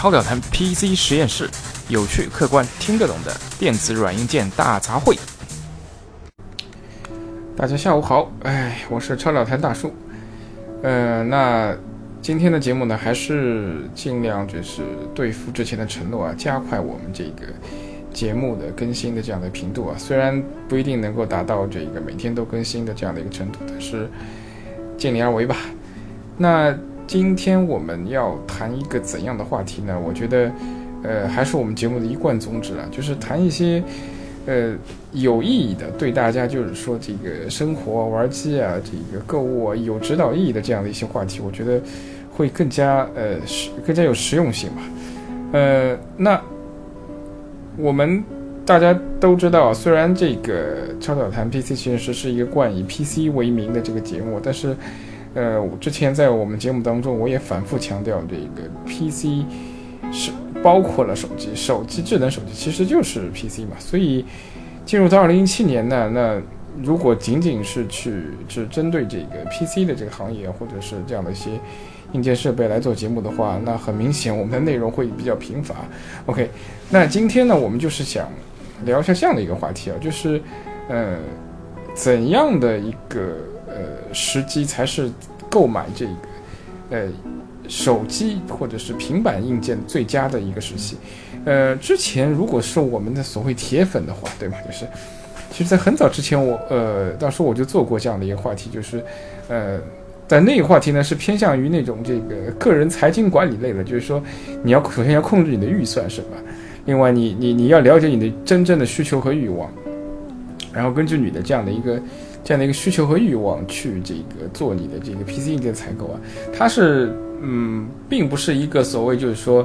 超表谈 PC 实验室，有趣客观听得懂的电子软硬件大杂烩。大家下午好，我是超表谈大叔。那今天的节目呢，还是尽量就是对付之前的承诺啊，加快我们这个节目的更新的这样的频度啊。虽然不一定能够达到这个每天都更新的这样的一个程度，但是尽力而为吧。那今天我们要谈一个怎样的话题呢？我觉得还是我们节目的一贯宗旨啊，就是谈一些有意义的，对大家就是说这个生活玩机啊，这个购物啊有指导意义的这样的一些话题，我觉得会更加有实用性吧。那我们大家都知道，虽然这个超表谈 PC 实验室是一个冠以 PC 为名的这个节目，但是我之前在我们节目当中我也反复强调，这个 PC 是包括了手机智能手机其实就是 PC 嘛。所以进入到2017年呢，那如果仅仅是只针对这个 PC 的这个行业或者是这样的一些硬件设备来做节目的话，那很明显我们的内容会比较贫乏。 OK， 那今天呢，我们就是想聊一下这样的一个话题啊，就是怎样的一个时机才是购买这个手机或者是平板硬件最佳的一个时期。之前如果是我们的所谓铁粉的话，对吗？就是其实在很早之前当时我就做过这样的一个话题，就是但那个话题呢是偏向于那种这个个人财经管理类的，就是说你首先要控制你的预算是吧？另外你要了解你的真正的需求和欲望，然后根据你的这样的一个需求和欲望去这个做你的这个 PC 硬件采购啊。它是并不是一个所谓就是说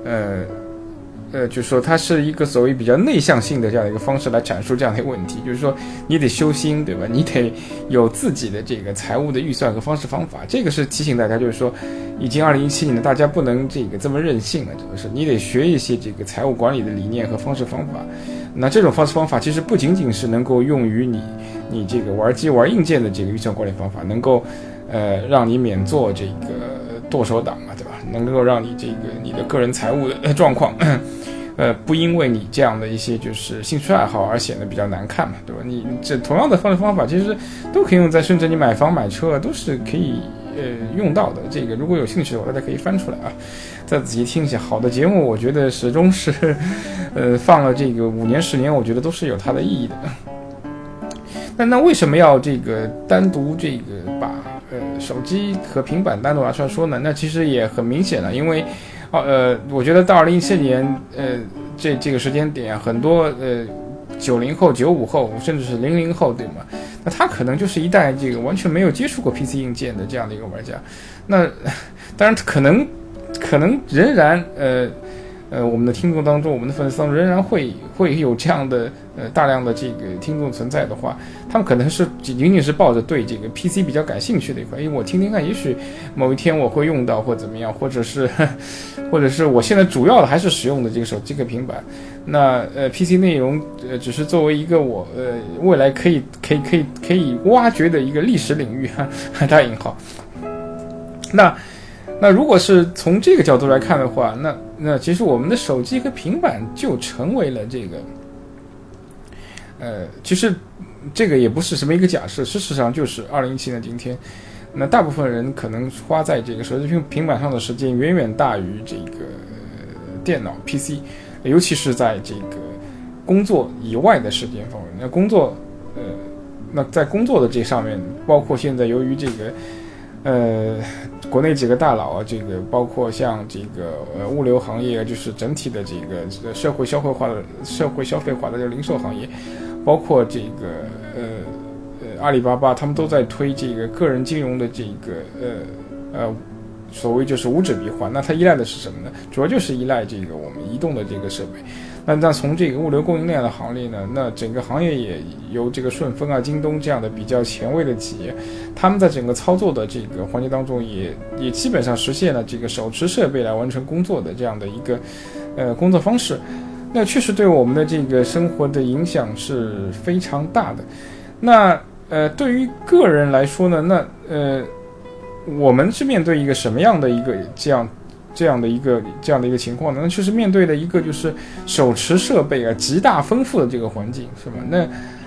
就是说它是一个所谓比较内向性的这样的一个方式来阐述这样的一个问题，就是说你得修心，对吧？你得有自己的这个财务的预算和方式方法。这个是提醒大家，就是说已经2017年了，大家不能这么任性了，就是你得学一些这个财务管理的理念和方式方法。那这种方式方法其实不仅仅是能够用于你这个玩硬件的这个预算管理方法，能够让你免做这个剁手党嘛，对吧？能够让你你的个人财务的状况不因为你这样的一些就是兴趣爱好而显得比较难看嘛，对吧？你这同样的方式方法其实都可以用在，甚至你买房买车都是可以用到的。这个如果有兴趣的话，大家可以翻出来啊，再仔细听一下。好的节目我觉得始终是放了这个5年10年，我觉得都是有它的意义的。那为什么要这个单独这个把手机和平板单独拿出来说呢？那其实也很明显了，因为我觉得到2017年这个时间点，很多90后、95后，甚至是00后，对吗？那他可能就是一代这个完全没有接触过 PC 硬件的这样的一个玩家。那当然可能仍然我们的听众当中，我们的粉丝当中仍然会有这样的大量的这个听众存在的话，他们可能是仅仅是抱着对这个 PC 比较感兴趣的一块，因为我听听看，也许某一天我会用到或怎么样，或者是我现在主要的还是使用的这个手机和平板。那PC 内容只是作为一个我未来可以挖掘的一个历史领域打引号。那如果是从这个角度来看的话，那其实我们的手机和平板就成为了这个其实这个也不是什么一个假设，事实上就是2017年今天，那大部分人可能花在这个手机平板上的时间远远大于这个电脑 PC， 尤其是在这个工作以外的时间方面。那在工作的这上面，包括现在由于这个国内几个大佬啊，这个包括像这个物流行业，就是整体的这个社会消费化的这个零售行业，包括这个阿里巴巴，他们都在推这个个人金融的这个所谓就是无纸币换。那它依赖的是什么呢？主要就是依赖这个我们移动的这个设备。那从这个物流供应链的行业呢，那整个行业也由这个顺丰啊、京东这样的比较前卫的企业，他们在整个操作的这个环节当中也基本上实现了这个手持设备来完成工作的这样的一个工作方式。那确实对我们的这个生活的影响是非常大的。那对于个人来说呢，那我们是面对一个什么样的一个这样这样的一个情况呢？那就是面对的一个就是手持设备啊极大丰富的这个环境，是吧？那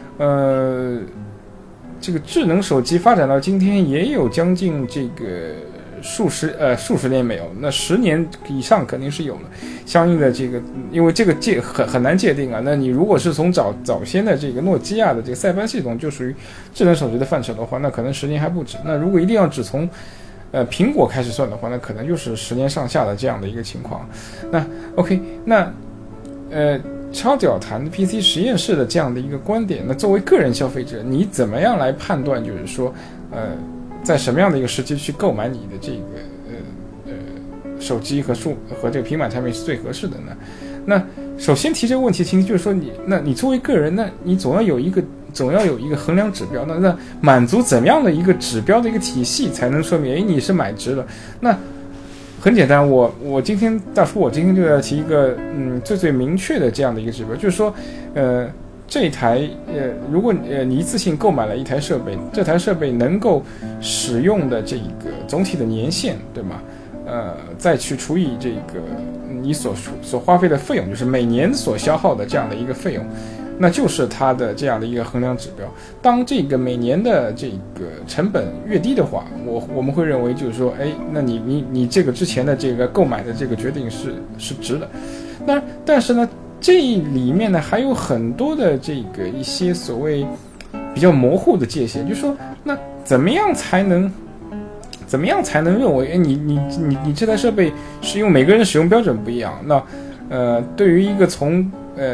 这个智能手机发展到今天也有将近这个数十年没有，那10年以上肯定是有了。相应的这个，因为这个很难界定啊。那你如果是从早先的这个诺基亚的这个塞班系统就属于智能手机的范畴的话，那可能10年还不止。那如果一定要只从苹果开始算的话，那可能就是10年上下的这样的一个情况。那 OK， 那超屌谈 PC 实验室的这样的一个观点，那作为个人消费者，你怎么样来判断，就是说在什么样的一个时期去购买你的这个手机和这个平板产品是最合适的呢？那首先提这个问题，其实就是说你作为个人，那你总要有一个衡量指标，那满足怎么样的一个指标的一个体系，才能说明你是买值了？那很简单，我今天就要提一个最明确的这样的一个指标，就是说这一台如果你一次性购买了一台设备，这台设备能够使用的这个总体的年限，对吗？再去除以这个你所花费的费用，就是每年所消耗的这样的一个费用，那就是它的这样的一个衡量指标。当这个每年的这个成本越低的话，我们会认为就是说，那你这个之前的这个购买的这个决定是值的。但是呢，这里面呢还有很多的这个一些所谓比较模糊的界限，就是说，那怎么样才能认为，你这台设备是因为每个人的使用标准不一样。那对于一个从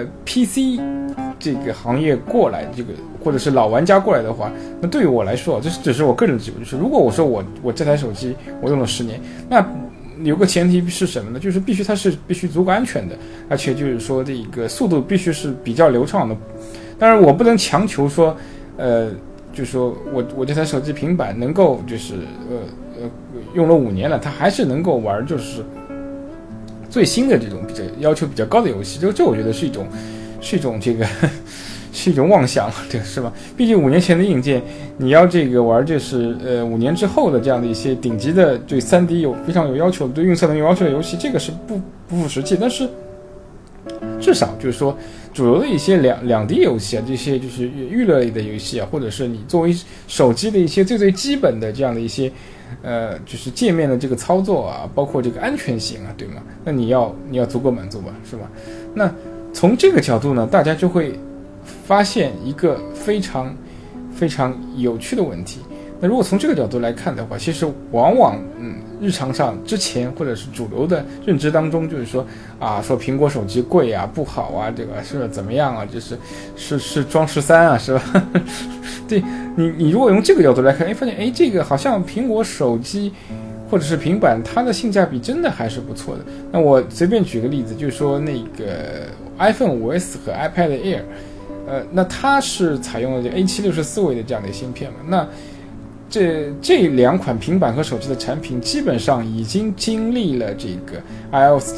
PC 这个行业过来，这个或者是老玩家过来的话，那对于我来说，这只是我个人的指标，就是如果我说我这台手机我用了10年，那有个前提是什么呢？就是它是必须足够安全的，而且就是说这个速度必须是比较流畅的。当然我不能强求说就是说我这台手机平板能够就是用了5年了，它还是能够玩就是最新的这种要求比较高的游戏。这我觉得是一种这个是一种妄想，对，是吧？毕竟5年前的硬件，你要这个玩就是5年之后的这样的一些顶级的对 3D 非常有要求、对运算能有要求的游戏，这个是不符实际。但是至少就是说主流的一些2D 游戏啊，这些就是娱乐类的游戏啊，或者是你作为手机的一些最基本的这样的一些就是界面的这个操作啊，包括这个安全性啊，对吗？那你要足够满足吧，是吧？那从这个角度呢，大家就会发现一个非常非常有趣的问题。那如果从这个角度来看的话，其实往往日常上之前或者是主流的认知当中，就是说说苹果手机贵啊，不好啊，这个是怎么样啊，是装13啊，是吧？对，你如果用这个角度来看，发现这个好像苹果手机或者是平板，它的性价比真的还是不错的。那我随便举个例子，就是说那个 iPhone 5S 和 iPad Air，那它是采用了这 A764位的这样的芯片嘛？那这2款平板和手机的产品基本上已经经历了这个 iOS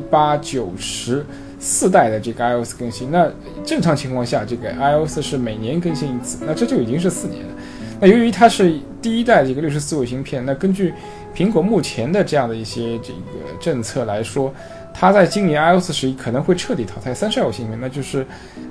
7、8、9、10 4代的这个 iOS 更新。那正常情况下，这个 iOS 是每年更新一次，那这就已经是4年了。那由于它是第1代这个64位芯片，那根据苹果目前的这样的一些这个政策来说，它在今年 iOS 11可能会彻底淘汰32位芯片，那就是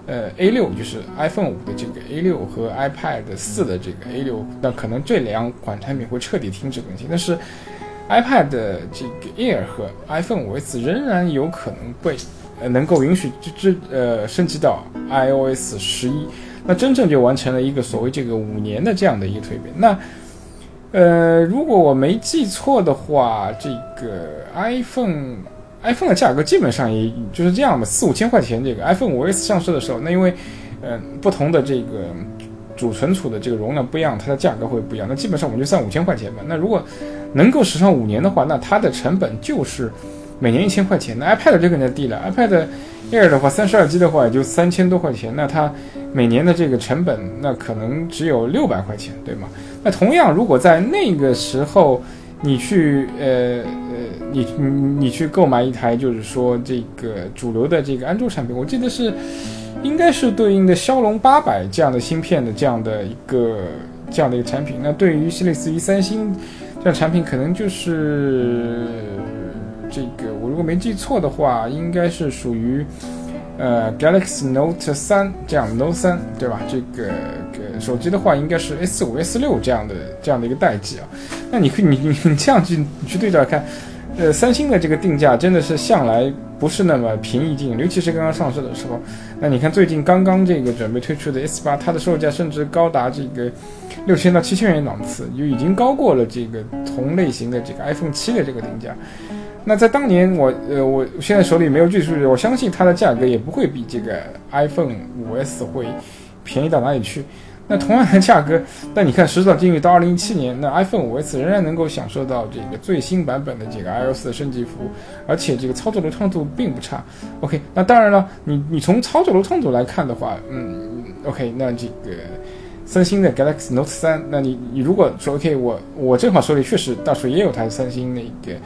A6， 就是 iPhone 5的这个 A6 和 iPad 4的这个 A6， 那可能这2款产品会彻底停止更新。但是 iPad 的这个 Air 和 iPhone 5S 仍然有可能被能够允许升级到 iOS 11，那真正就完成了一个所谓这个5年的这样的一个蜕变。那如果我没记错的话，这个 iPhone 的价格基本上也就是这样的，4、5千块钱。这个 iPhone 5S 上市的时候，那因为不同的这个主存储的这个容量不一样，它的价格会不一样。那基本上我们就算5千块钱吧。那如果能够使上5年的话，那它的成本就是每年1000块钱。那 iPad 这个就低了 ，iPad Air 的话，32G 的话也就3000多块钱。那它每年的这个成本，那可能只有600块钱，对吗？那同样，如果在那个时候你去你去购买一台就是说这个主流的这个安卓产品，我记得应该是对应的骁龙800这样的芯片的这样的一个产品。那对于类似于三星这样产品，可能就是这个我如果没记错的话，应该是属于Galaxy Note 3这样 Note 3，对吧？这个手机的话应该是 S5、S6这样的一个代际啊。那你这样去对照看，三星的这个定价真的是向来不是那么平易近人，尤其是刚刚上市的时候。那你看最近刚刚这个准备推出的 S8，它的售价甚至高达这个6000到7000元档次，就已经高过了这个同类型的这个 iPhone 7的这个定价。那在当年我现在手里没有具体数据，我相信它的价格也不会比这个 iPhone 5S 会便宜到哪里去。那同样的价格，但你看时至今日到2017年，那 iPhone 5S 仍然能够享受到这个最新版本的这个 iOS 的升级服务，而且这个操作流畅度并不差。OK， 那当然了，你从操作流畅度来看的话，OK， 那这个三星的 Galaxy Note 3，那你如果说 OK， 我正好手里确实到时候也有台三星那个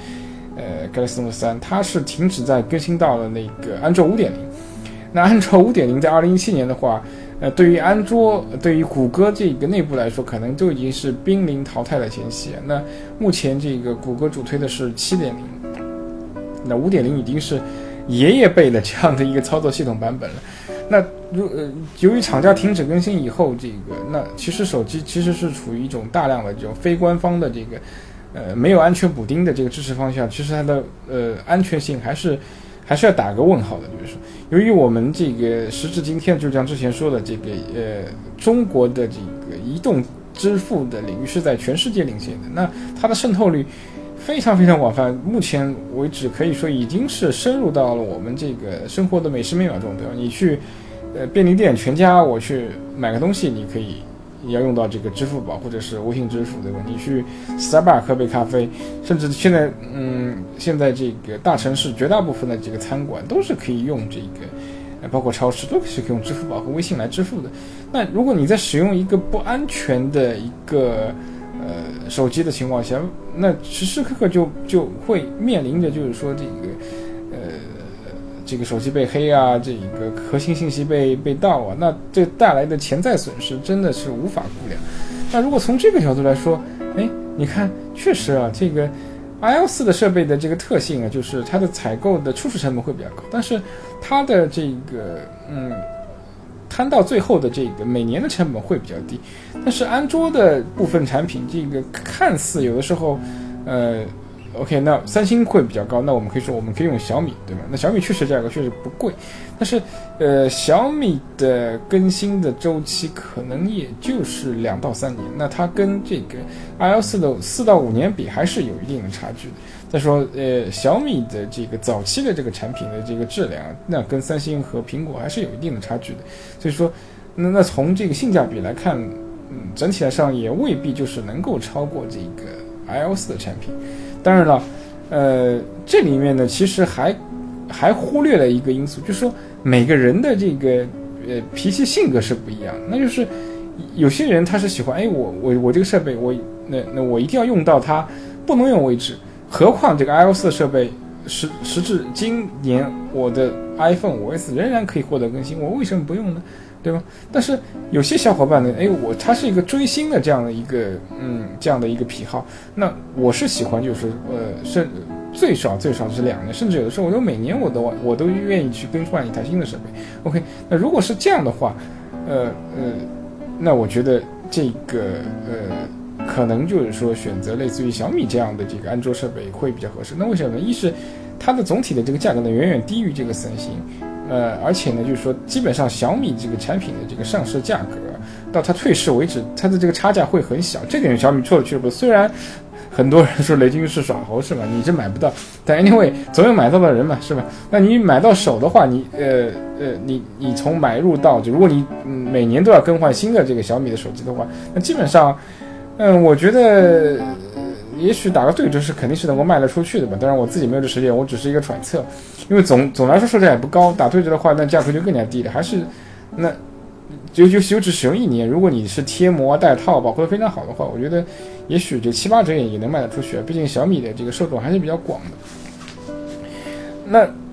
Galaxy Note 3，它是停止在更新到了那个安卓 5.0。那安卓 5.0 在2017年的话，对于安卓，对于谷歌这个内部来说，可能就已经是濒临淘汰的前夕。那目前这个谷歌主推的是 7.0， 那 5.0 已经是爷爷辈的这样的一个操作系统版本了。那由于厂家停止更新以后，那其实手机其实是处于一种大量的这种非官方的这个没有安全补丁的这个支持方向，其实它的安全性还是要打个问号的。就是说，由于我们这个时至今天，就像之前说的，这个中国的这个移动支付的领域是在全世界领先的，那它的渗透率非常非常广泛，目前为止可以说已经是深入到了我们这个生活的每时每秒钟，对吧？你去便利店、全家，我去买个东西，你要用到这个支付宝或者是微信支付，对吧？你去 Starbucks 喝杯咖啡，甚至现在这个大城市绝大部分的这个餐馆都是可以用这个，包括超市都是可以用支付宝和微信来支付的。那如果你在使用一个不安全的一个手机的情况下，那时时刻刻就会面临着就是说这个手机被黑啊，这个核心信息被盗啊，那这带来的潜在损失真的是无法估量。那如果从这个角度来说，你看，确实啊，这个 iOS 的设备的这个特性啊，就是它的采购的初始成本会比较高，但是它的这个摊到最后的这个每年的成本会比较低。但是安卓的部分产品，这个看似有的时候OK， 那三星会比较高，那我们可以说我们可以用小米，对吧？那小米确实价格确实不贵，但是小米的更新的周期可能也就是2到3年，那它跟这个 iOS 的4到5年比还是有一定的差距的。再说小米的这个早期的这个产品的这个质量，那跟三星和苹果还是有一定的差距的。所以说那从这个性价比来看，整体来上也未必就是能够超过这个 iOS 的产品。当然了，这里面呢，其实还忽略了一个因素，就是说每个人的这个脾气性格是不一样的。那就是有些人他是喜欢，我这个设备那我一定要用到它不能用为止。何况这个 iOS 的设备时至今年，我的 iPhone 5S 仍然可以获得更新，我为什么不用呢？对吧？但是有些小伙伴呢，他是一个追星的这样的一个癖好。那我是喜欢，就是最少是2年，甚至有的时候每年我都愿意去更换一台新的设备。OK， 那如果是这样的话，那我觉得这个可能就是说选择类似于小米这样的这个安卓设备会比较合适。那为什么呢？一是它的总体的这个价格呢远远低于这个三星。而且呢，就是说，基本上小米这个产品的这个上市价格到它退市为止，它的这个差价会很小。这点小米做的确实不错。虽然很多人说雷军是耍猴是吧？你这买不到，但 anyway 总有买到的人嘛，是吧？那你买到手的话，你从买入到如果你每年都要更换新的这个小米的手机的话，那基本上，我觉得。也许打个对折是肯定是能够卖得出去的吧，当然我自己没有这实践，我只是一个揣测。因为总来说售价也不高，打对折的话，那价格就更加低了。还是那就只使用1年，如果你是贴膜带套保护得非常好的话，我觉得也许就7、8折也能卖得出去。毕竟小米的这个受众还是比较广的。那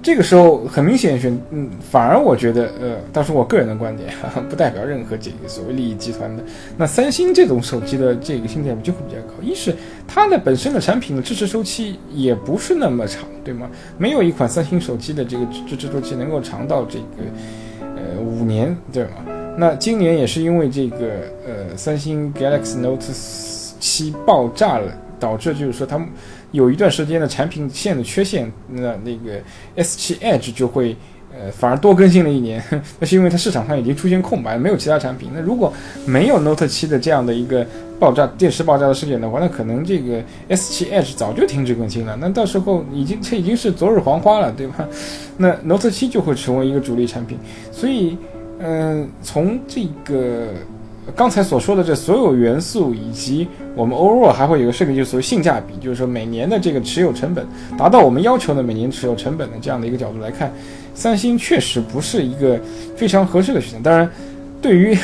这个时候很明显反而我觉得当时我个人的观点不代表任何这个所谓利益集团的。那三星这种手机的这个性价比就会比较高，一是它的本身的产品的支持周期也不是那么长，对吗？没有一款三星手机的这个支持周期能够长到这个5年，对吗？那今年也是因为这个三星 Galaxy Note 7爆炸了，导致就是说他们有一段时间的产品线的缺陷，那个 S7 Edge 就会反而多更新了1年，那是因为它市场上已经出现空白，没有其他产品。那如果没有 Note 7的这样的一个电池爆炸的事件的话，那可能这个 S7 Edge 早就停止更新了，那到时候这已经是昨日黄花了，对吧？那 Note 7就会成为一个主力产品。所以从这个刚才所说的这所有元素，以及我们 overall 还会有个设定，就是所谓性价比，就是说每年的这个持有成本达到我们要求的每年持有成本的这样的一个角度来看，三星确实不是一个非常合适的选择。当然，对于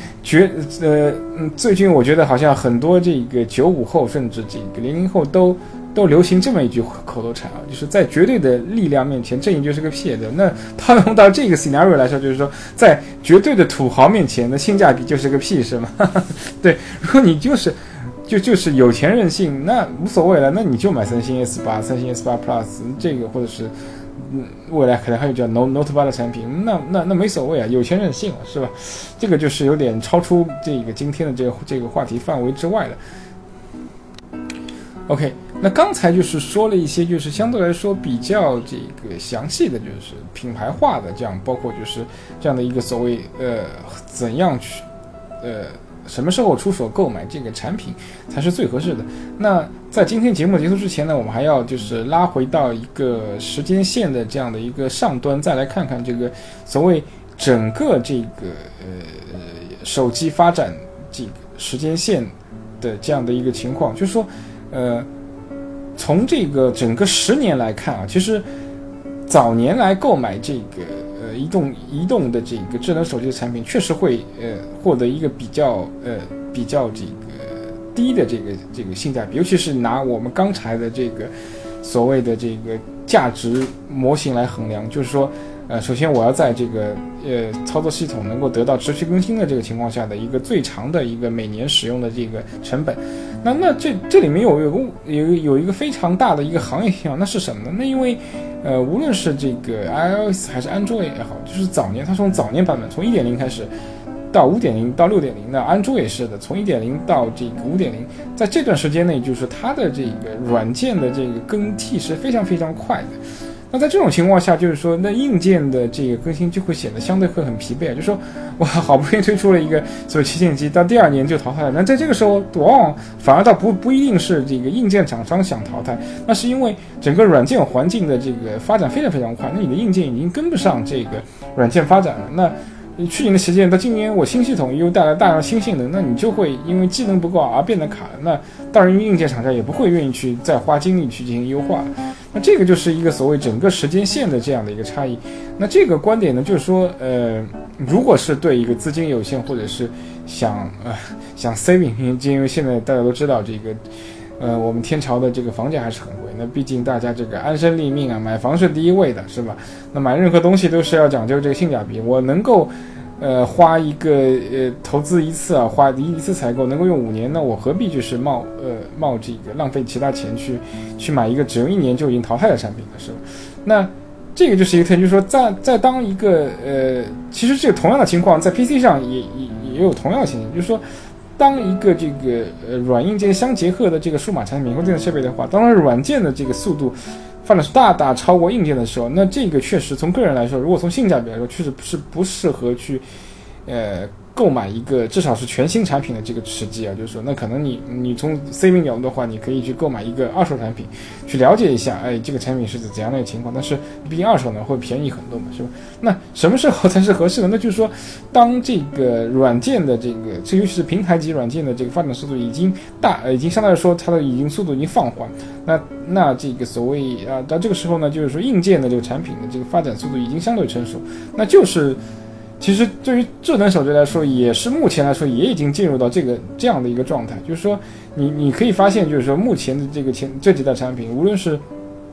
最近我觉得好像很多这个95后甚至这个00后都流行这么一句口头禅啊，就是在绝对的力量面前，正义就是个屁的。那套用到这个 scenario 来说，就是说在绝对的土豪面前，那性价比就是个屁，是吗？对，如果你就是有钱任性，那无所谓了，那你就买三星 S8、三星 S8 Plus 这个，或者是未来可能还有叫 Note 8的产品，那没所谓啊，有钱任性了，是吧？这个就是有点超出这个今天的这个话题范围之外了。OK， 那刚才就是说了一些就是相对来说比较这个详细的，就是品牌化的这样，包括就是这样的一个所谓怎样去什么时候出手购买这个产品才是最合适的。那在今天节目结束之前呢，我们还要就是拉回到一个时间线的这样的一个上端，再来看看这个所谓整个这个手机发展这个时间线的这样的一个情况，就是说从这个整个10年来看啊，其实早年来购买这个移动的这个智能手机的产品，确实会获得一个比较这个低的这个性价比，尤其是拿我们刚才的这个所谓的这个价值模型来衡量，就是说首先我要在这个操作系统能够得到持续更新的这个情况下的一个最长的一个每年使用的这个成本。那这里面有一个非常大的一个行业现象，那是什么呢？那因为无论是这个 iOS 还是 Android 也好，就是它从早年版本从 1.0 开始到 5.0 到 6.0， 那 Android 也是的，从 1.0 到这个 5.0， 在这段时间内，就是它的这个软件的这个更替是非常非常快的。那在这种情况下，就是说那硬件的这个更新就会显得相对会很疲惫啊，就是说哇，好不容易推出了一个所谓旗舰机，到第2年就淘汰了。那在这个时候，往往反而倒不一定是这个硬件厂商想淘汰，那是因为整个软件环境的这个发展非常非常快，那你的硬件已经跟不上这个软件发展了。那去年的旗舰到今年，我新系统又带来大量新性能，那你就会因为机能不够而变得卡了。那当然，硬件厂商也不会愿意去再花精力去进行优化。那这个就是一个所谓整个时间线的这样的一个差异。那这个观点呢，就是说，如果是对一个资金有限，或者是想 saving， 因为现在大家都知道这个。我们天朝的这个房价还是很贵，那毕竟大家这个安身立命啊，买房是第一位的，是吧？那买任何东西都是要讲究这个性价比。我能够花一个投资一次啊，花一次采购能够用5年，那我何必就是冒这个浪费其他钱去买一个只用1年就已经淘汰的产品呢，是吧？那这个就是一个特点，就是说在当一个其实这个同样的情况在 PC 上也有同样的情形，就是说。当一个这个软硬件相结合的这个数码产品或电子设备的话，当然软件的这个速度发展是大大超过硬件的时候，那这个确实从个人来说，如果从性价比来说，确实是不适合去购买一个至少是全新产品的这个时机啊，就是说，那可能你从 saving 角度的话，你可以去购买一个二手产品，去了解一下，这个产品是怎样的一个情况。但是毕竟二手呢会便宜很多嘛，是吧？那什么时候才是合适的？那就是说，当这个软件的这尤其是平台级软件的这个发展速度已经相对来说它的速度已经放缓，那这个所谓到这个时候呢，就是说硬件的这个产品的这个发展速度已经相对成熟，那就是。其实对于智能手机来说，也是目前来说也已经进入到这样的一个状态，就是说你可以发现，就是说目前的这几代产品，无论是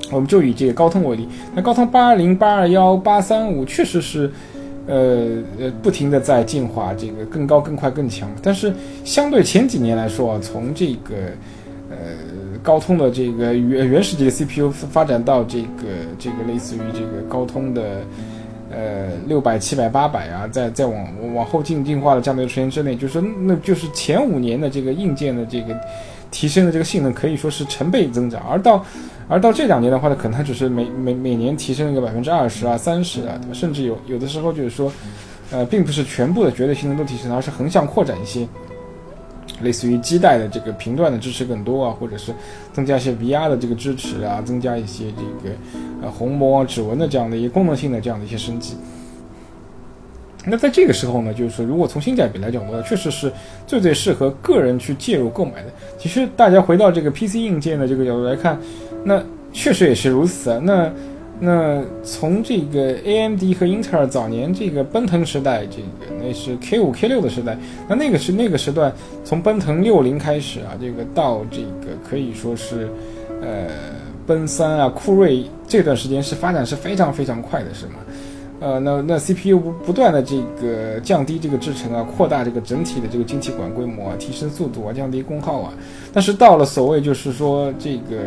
我们就以这个高通为例，那高通820、821、835确实是不停的在进化，这个更高、更快、更强。但是相对前几年来说啊，从这个高通的这个原始级的 CPU 发展到这个类似于这个高通的600、700、800啊，再往后进化的这样的一个时间之内，就是说那就是前5年的这个硬件的这个提升的这个性能可以说是成倍增长，而到这2年的话呢，可能它只是每年提升一个20%啊、30%啊，甚至有的时候就是说，并不是全部的绝对性能都提升，而是横向扩展一些，类似于基带的这个频段的支持更多啊，或者是增加一些 VR 的这个支持啊，增加一些这个虹膜啊、指纹的这样的一些功能性的这样的一些升级。那在这个时候呢，就是说，如果从性价比来讲的话，确实是最适合个人去介入购买的。其实大家回到这个 PC 硬件的这个角度来看，那确实也是如此啊。那从这个 AMD 和英特尔早年这个奔腾时代，这个那是 K5、K6 的时代，那个时段，从奔腾60开始啊，这个到这个可以说是奔3啊、酷睿这段时间是发展是非常非常快的，是吗？那 CPU 不断的这个降低这个制程啊，扩大这个整体的这个晶体管规模啊，提升速度啊，降低功耗啊。但是到了所谓就是说这个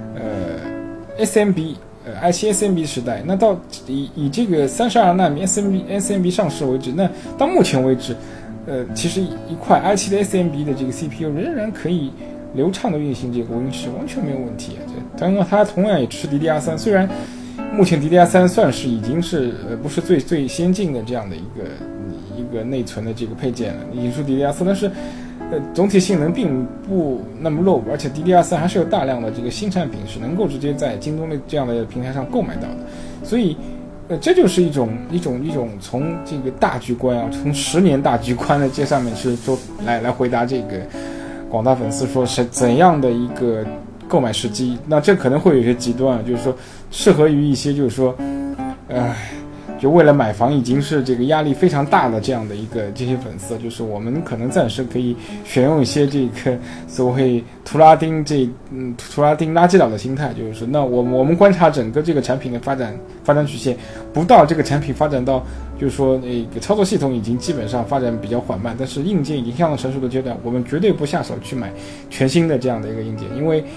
SMB i7 SMB 时代，那到以这个32纳米 SMB 上市为止，那到目前为止，其实一块 i7 的 SMB 的这个 CPU 仍然可以流畅的运行这个 Win10，完全没有问题啊。它同样也支持 DDR3，虽然目前 DDR3 算是已经是不是最先进的这样的一个内存的这个配件了，已经是 DDR4，但是总体性能并不那么弱，而且 DDR3 还是有大量的这个新产品是能够直接在京东的这样的平台上购买到的，所以这就是一种从这个大局观啊，从10年大局观的这上面是说来回答这个广大粉丝说是怎样的一个购买时机。那这可能会有些极端啊，就是说适合于一些就是说就为了买房已经是这个压力非常大的这样的这些粉丝，就是我们可能暂时可以选用一些这个所谓图拉丁垃圾岛的心态，就是说那我们观察整个这个产品的发展曲线，不到这个产品发展到就是说那个操作系统已经基本上发展比较缓慢，但是硬件已经相当成熟的阶段，我们绝对不下手去买全新的这样的一个硬件，因为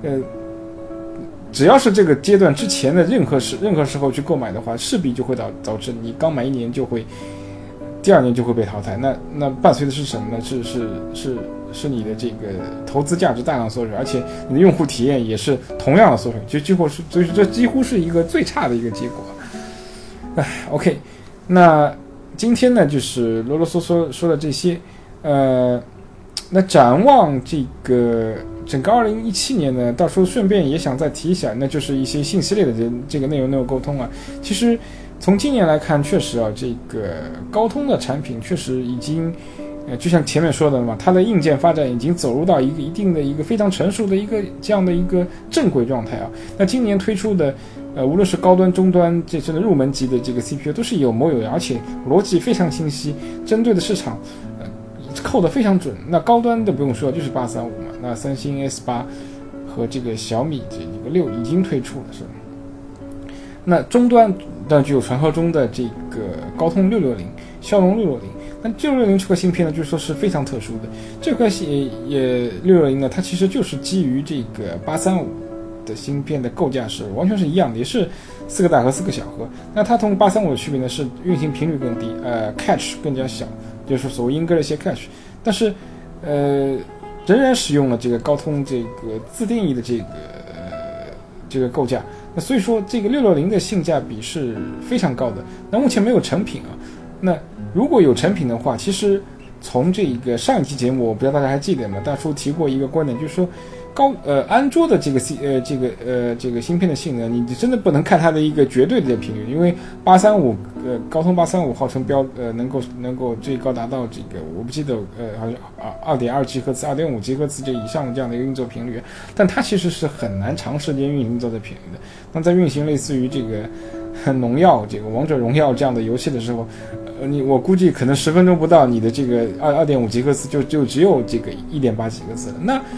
只要是这个阶段之前的任何时候去购买的话，势必就会导致你刚买1年就会，第2年就会被淘汰。那伴随的是什么呢？是你的这个投资价值大量缩水，而且你的用户体验也是同样的缩水，所以这几乎是一个最差的一个结果。OK， 那今天呢就是啰啰嗦嗦说的这些，那展望这个整个2017年呢，到时候顺便也想再提一下，那就是一些信息类的这个内容沟通啊。其实从今年来看，确实啊，这个高通的产品确实已经，就像前面说的嘛，它的硬件发展已经走入到一定的一个非常成熟的这样的一个正轨状态啊。那今年推出的，无论是高端、中端，这真的入门级的这个 CPU 都是有模有样，而且逻辑非常清晰，针对的市场。扣得非常准，那高端的不用说，就是835嘛。那三星 S8 和这个小米这个6已经推出了，是吧？那终端当然就有传说中的这个高通660、骁龙660。那660这块芯片呢，就是说是非常特殊的。这块也660呢，它其实就是基于这个835的芯片的构架是完全是一样的，也是4个大核4个小核。那它同835的区别呢是运行频率更低，cache 更加小。就是所谓英格的一些 cache， 但是仍然使用了这个高通这个自定义的这个构架，那所以说这个660的性价比是非常高的。那目前没有成品啊，那如果有成品的话，其实从这个上一期节目，我不知道大家还记得吗？大叔提过一个观点，就是说安卓的这个芯片的性能，你真的不能看它的一个绝对的频率，因为835高通835号称能够最高达到这个我不记得好像2.2 吉赫兹、2.5 吉赫兹这以上的这样的一个运作频率，但它其实是很难长时间运行这频率的。那在运行类似于这个农药、这个王者荣耀这样的游戏的时候，我估计可能10分钟不到，你的这个2.5吉赫兹就只有这个1.8吉赫兹了。那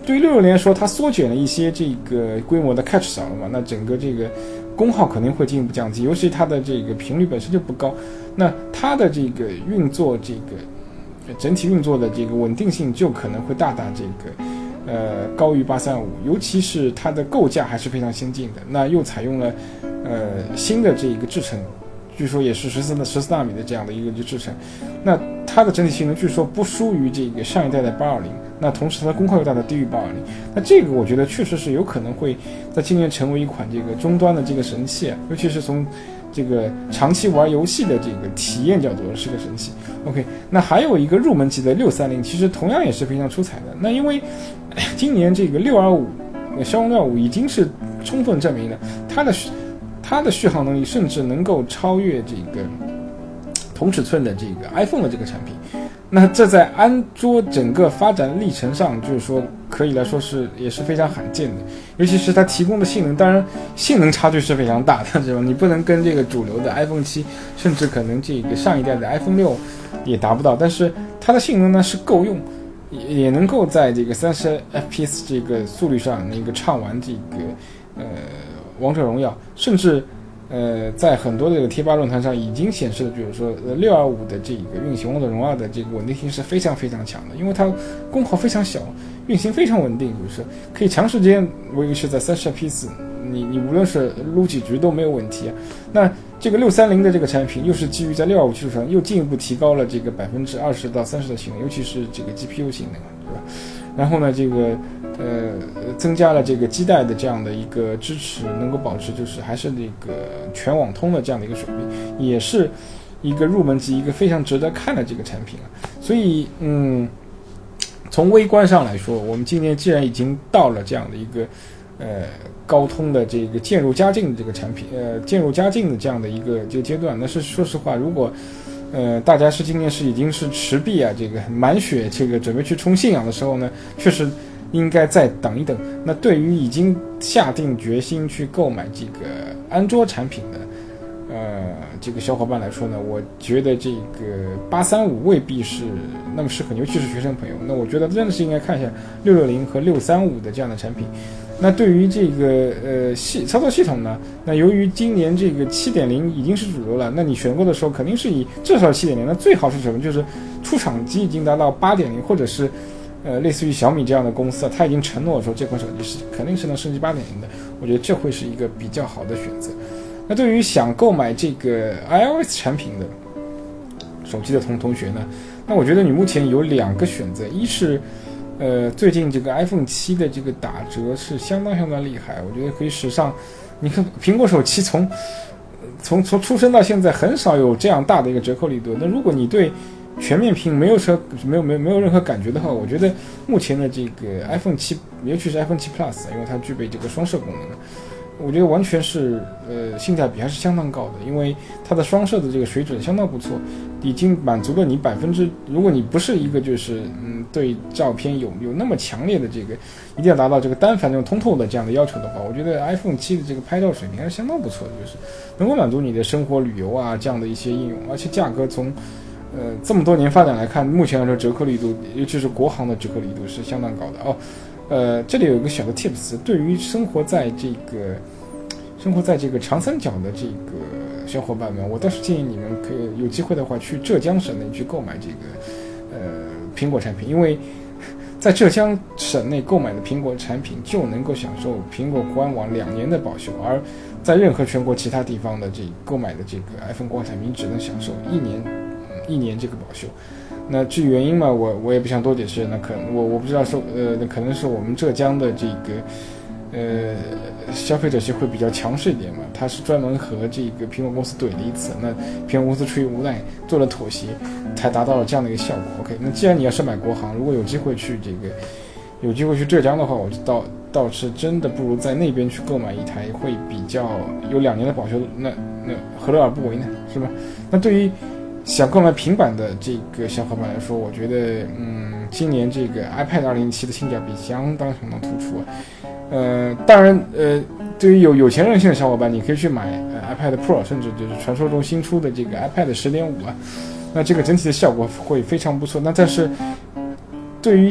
对于66来说，它缩减了一些这个规模的 cache 少了嘛，那整个这个功耗肯定会进一步降低，尤其它的这个频率本身就不高，那它的这个运作这个整体运作的这个稳定性就可能会大大这个高于835，尤其是它的构架还是非常先进的，那又采用了新的这个制程，据说也是14纳米的这样的一个制程，那它的整体性能据说不输于这个上一代的820，那同时它的功耗又大大低于820，那这个我觉得确实是有可能会在今年成为一款这个终端的这个神器啊，尤其是从这个长期玩游戏的这个体验角度是个神器。OK， 那还有一个入门级的630，其实同样也是非常出彩的。那因为今年这个625骁龙625已经是充分证明了它的续航能力甚至能够超越这个同尺寸的这个 iPhone 的这个产品。那这在安卓整个发展历程上，就是说可以来说也是非常罕见的，尤其是它提供的性能，当然性能差距是非常大的，是吧？你不能跟这个主流的 iPhone 7，甚至可能这个上一代的 iPhone 6也达不到，但是它的性能呢是够用，也能够在这个30 FPS 这个速率上那个畅玩这个王者荣耀，甚至在很多的贴吧论坛上已经显示的，就是说625的这个运行王者荣耀的这个稳定性是非常非常强的，因为它功耗非常小，运行非常稳定，就是可以长时间维持在30 FPS， 你无论是撸几局都没有问题啊。那这个630的这个产品又是基于在625基础上又进一步提高了这个20%到30%的性能，尤其是这个 GPU 性能，对吧？然后呢，这个增加了这个基带的这样的一个支持，能够保持就是还是那个全网通的这样的一个水平，也是一个入门级一个非常值得看的这个产品啊。所以从微观上来说，我们今年既然已经到了这样的一个高通的这个渐入佳境的这个产品，渐入佳境的这样的一个这个阶段，那是说实话，如果大家是今年是已经是持币啊，这个满血这个准备去冲信仰的时候呢，确实应该再等一等。那对于已经下定决心去购买这个安卓产品的这个小伙伴来说呢，我觉得这个835未必是那么适合，尤其是学生朋友。那我觉得真的是应该看一下660和635的这样的产品。那对于这个操作系统呢，那由于今年这个 7.0 已经是主流了，那你选购的时候肯定是以至少 7.0， 那最好是什么？就是出厂机已经达到 8.0， 或者是类似于小米这样的公司它已经承诺说这款手机是肯定是能升级 8.0 的，我觉得这会是一个比较好的选择。那对于想购买这个 iOS 产品的手机的同学呢，那我觉得你目前有2个选择，一是最近这个 iPhone 7的这个打折是相当厉害，我觉得可以史上，你看苹果手机从出生到现在很少有这样大的一个折扣力度。那如果你对全面屏没有任何感觉的话，我觉得目前的这个 iPhone 7，尤其是 iPhone 7 Plus， 因为它具备这个双摄功能，我觉得完全是性价比还是相当高的，因为它的双摄的这个水准相当不错，已经满足了你如果你不是一个就是对照片有那么强烈的这个一定要达到这个单反这种通透的这样的要求的话，我觉得 iPhone 7的这个拍照水平还是相当不错的，就是能够满足你的生活旅游啊这样的一些应用，而且价格从这么多年发展来看，目前来说折扣力度，尤其是国行的折扣力度是相当高的哦。这里有一个小的 tips， 对于生活在这个长三角的这个小伙伴们，我倒是建议你们可以有机会的话去浙江省内去购买这个苹果产品，因为在浙江省内购买的苹果产品就能够享受苹果官网2年的保修，而在任何全国其他地方的购买的这个 iPhone 国产品只能享受一年这个保修。那至于原因嘛，我也不想多解释。那可能我不知道是那可能是我们浙江的这个消费者协会比较强势一点嘛，他是专门和这个苹果公司怼了一次，那苹果公司出于无奈做了妥协，才达到了这样的一个效果。OK， 那既然你要是买国行，如果有机会去浙江的话，我倒是真的不如在那边去购买一台，会比较有2年的保修，那何乐而不为呢？是吧？那对于想购买平板的这个小伙伴来说，我觉得今年这个 iPad 207的性价比相当突出啊。当然对于有钱任性的小伙伴，你可以去买iPad Pro， 甚至就是传说中新出的这个 iPad 10.5啊，那这个整体的效果会非常不错。那但是对于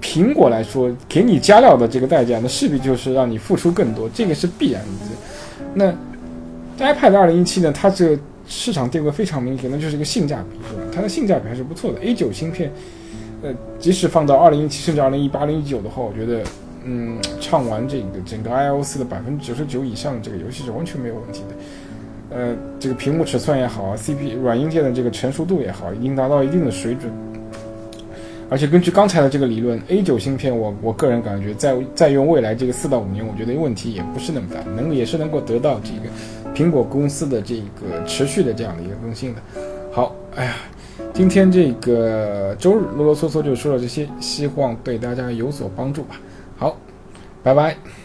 苹果来说，给你加料的这个代价，那势必就是让你付出更多，这个是必然的。那 iPad 2017呢，它这个市场定位非常明显，那就是一个性价比，是吧？它的性价比还是不错的。A9 芯片，即使放到2017甚至2018、2019的话，我觉得，畅玩这个整个 iOS 的99%以上的这个游戏是完全没有问题的。这个屏幕尺寸也好啊 ，CPU 软硬件的这个成熟度也好，已经达到一定的水准。而且根据刚才的这个理论 ，A9 芯片我个人感觉再用未来这个4到5年，我觉得问题也不是那么大，也是能够得到这个苹果公司的这个持续的这样的一个更新的。好，今天这个周日啰啰嗦嗦就说了这些，希望对大家有所帮助吧。好，拜拜。